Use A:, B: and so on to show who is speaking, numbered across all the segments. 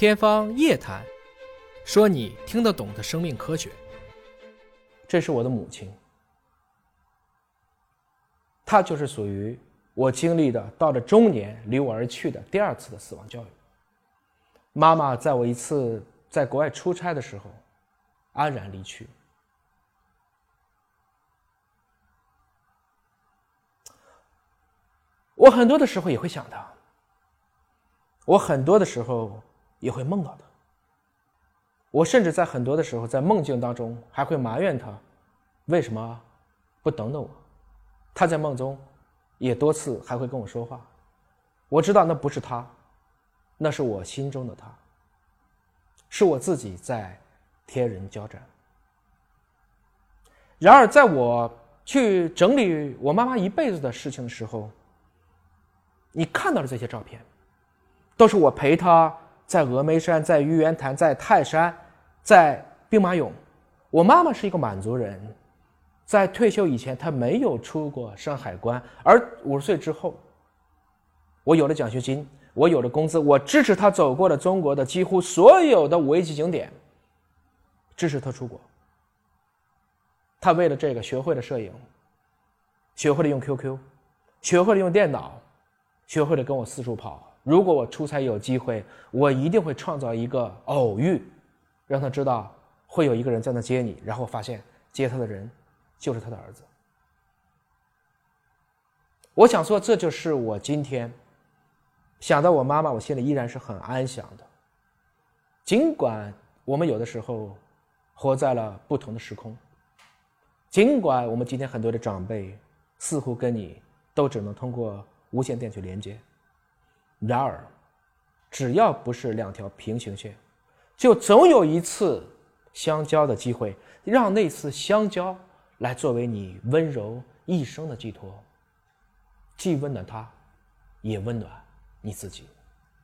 A: 天方夜谭，说你听得懂的生命科学。这是我的母亲，她就是属于我经历的到了中年离我而去的第二次的死亡教育。妈妈在我一次在国外出差的时候安然离去。我很多的时候也会想她，我很多的时候也会梦到她，我甚至在很多的时候在梦境当中还会埋怨她为什么不等等我。她在梦中也多次还会跟我说话，我知道那不是她，那是我心中的她，是我自己在天人交战。然而在我去整理我妈妈一辈子的事情的时候，你看到的这些照片都是我陪她在峨眉山，在玉渊潭，在泰山，在兵马俑。我妈妈是一个满族人，在退休以前她没有出过山海关，而50岁之后，我有了奖学金，我有了工资，我支持她走过了中国的几乎所有的5A级景点，支持她出国。她为了这个学会了摄影，学会了用 QQ， 学会了用电脑，学会了跟我四处跑。如果我出差有机会，我一定会创造一个偶遇，让他知道会有一个人在那接你，然后发现接他的人就是他的儿子。我想说，这就是我今天想到我妈妈，我心里依然是很安详的。尽管我们有的时候活在了不同的时空，尽管我们今天很多的长辈似乎跟你都只能通过无线电去连接，然而只要不是两条平行线，就总有一次相交的机会，让那次相交来作为你温柔一生的寄托，既温暖他，也温暖你自己。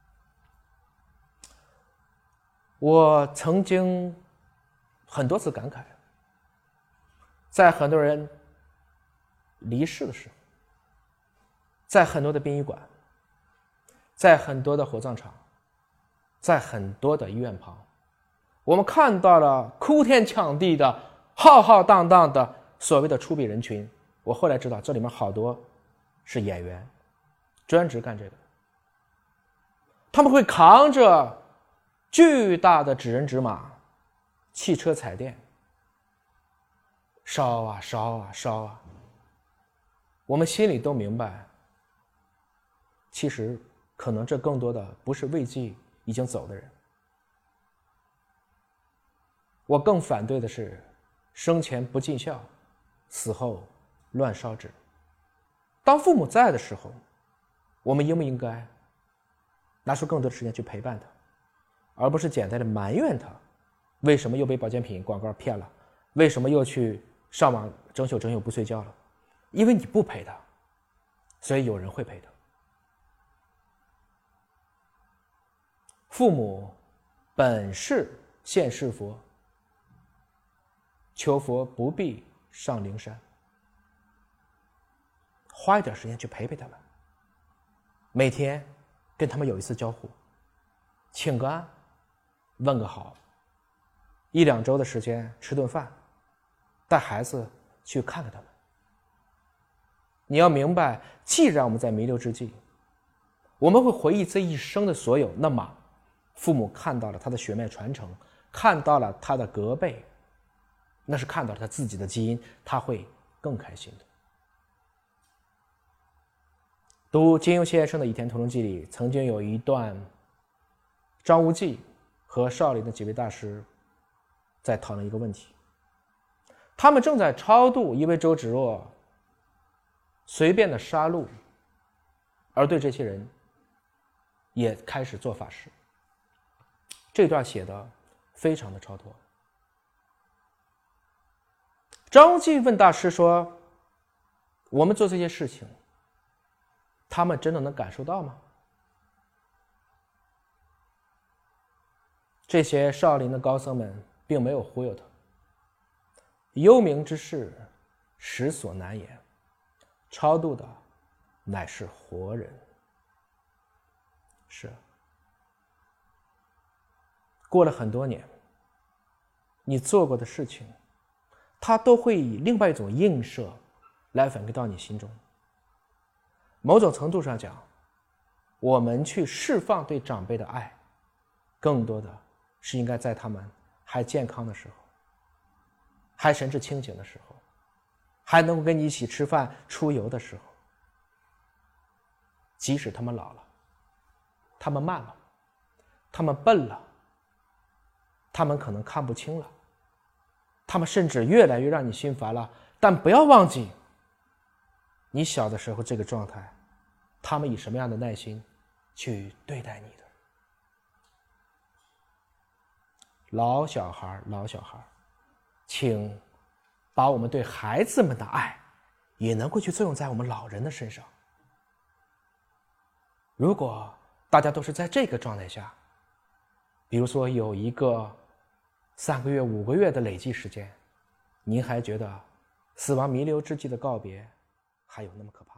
A: 我曾经很多次感慨，在很多人离世的时候，在很多的殡仪馆，在很多的火葬场，在很多的医院旁，我们看到了哭天抢地的浩浩荡荡的所谓的出殡人群。我后来知道这里面好多是演员，专职干这个。他们会扛着巨大的纸人纸马，汽车彩电，烧啊烧啊烧啊。我们心里都明白，其实可能这更多的不是慰藉已经走的人。我更反对的是生前不尽孝，死后乱烧纸。当父母在的时候，我们应不应该拿出更多的时间去陪伴他，而不是简单的埋怨他为什么又被保健品广告骗了，为什么又去上网整宿不睡觉了。因为你不陪他，所以有人会陪他。父母本是现世佛，求佛不必上灵山。花一点时间去陪陪他们，每天跟他们有一次交互，请个安，问个好，1、2周的时间吃顿饭，带孩子去看看他们。你要明白，既然我们在弥留之际，我们会回忆这一生的所有，那么父母看到了他的血脉传承，看到了他的隔辈，那是看到了他自己的基因，他会更开心的。读金庸先生的《倚天屠龙记》里，曾经有一段张无忌和少林的几位大师在讨论一个问题。他们正在超度一位周芷若随便的杀戮，而对这些人也开始做法事。这段写的非常的超脱。张无忌问大师说，我们做这些事情，他们真的能感受到吗？这些少林的高僧们并没有忽悠他。幽冥之事，实所难言，超度的乃是活人。是， 过了很多年，你做过的事情，它都会以另外一种映射来反馈到你心中。某种程度上讲，我们去释放对长辈的爱，更多的是应该在他们还健康的时候，还神志清醒的时候，还能够跟你一起吃饭出游的时候。即使他们老了，他们慢了，他们笨了，他们可能看不清了，他们甚至越来越让你心烦了，但不要忘记你小的时候这个状态，他们以什么样的耐心去对待你的。老小孩，请把我们对孩子们的爱也能够去作用在我们老人的身上。如果大家都是在这个状态下，比如说有一个3个月、5个月的累计时间，您还觉得死亡弥留之际的告别还有那么可怕？